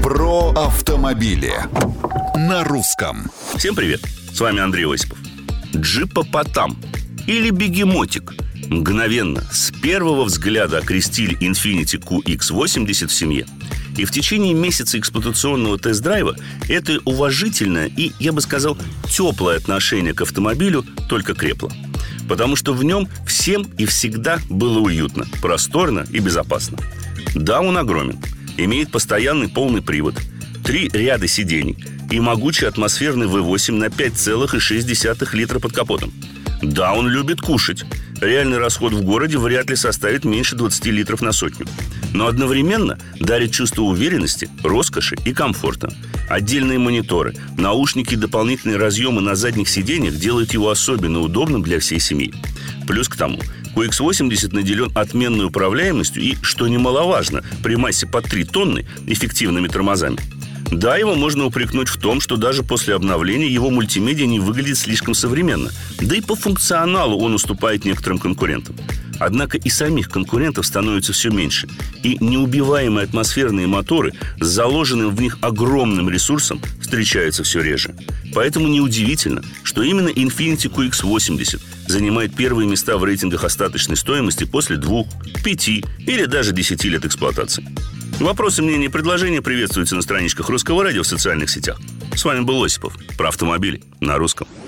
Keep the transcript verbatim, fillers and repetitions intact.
Про автомобили на русском. Всем привет, с вами Андрей Осипов. Джипопотам или бегемотик мгновенно, с первого взгляда окрестили Infiniti кью икс восемьдесят в семье. И в течение месяца эксплуатационного тест-драйва это уважительное и, я бы сказал, теплое отношение к автомобилю только крепло. Потому что в нем всем и всегда было уютно, просторно и безопасно. Да, он огромен, имеет постоянный полный привод, три ряда сидений и могучий атмосферный вэ восемь на пять целых шесть десятых литра под капотом. Да, он любит кушать. Реальный расход в городе вряд ли составит меньше двадцати литров на сотню. Но одновременно дарит чувство уверенности, роскоши и комфорта. Отдельные мониторы, наушники и дополнительные разъемы на задних сиденьях делают его особенно удобным для всей семьи. Плюс к тому, кью икс восемьдесят наделен отменной управляемостью и, что немаловажно, при массе под три тонны, эффективными тормозами. Да, его можно упрекнуть в том, что даже после обновления его мультимедиа не выглядит слишком современно. Да и по функционалу он уступает некоторым конкурентам. Однако и самих конкурентов становится все меньше. И неубиваемые атмосферные моторы с заложенным в них огромным ресурсом встречаются все реже. Поэтому неудивительно, что именно Infiniti кью икс восемьдесят занимает первые места в рейтингах остаточной стоимости после двух, пяти или даже десяти лет эксплуатации. Вопросы, мнения и предложения приветствуются на страничках Русского радио в социальных сетях. С вами был Осипов. Про автомобили на русском.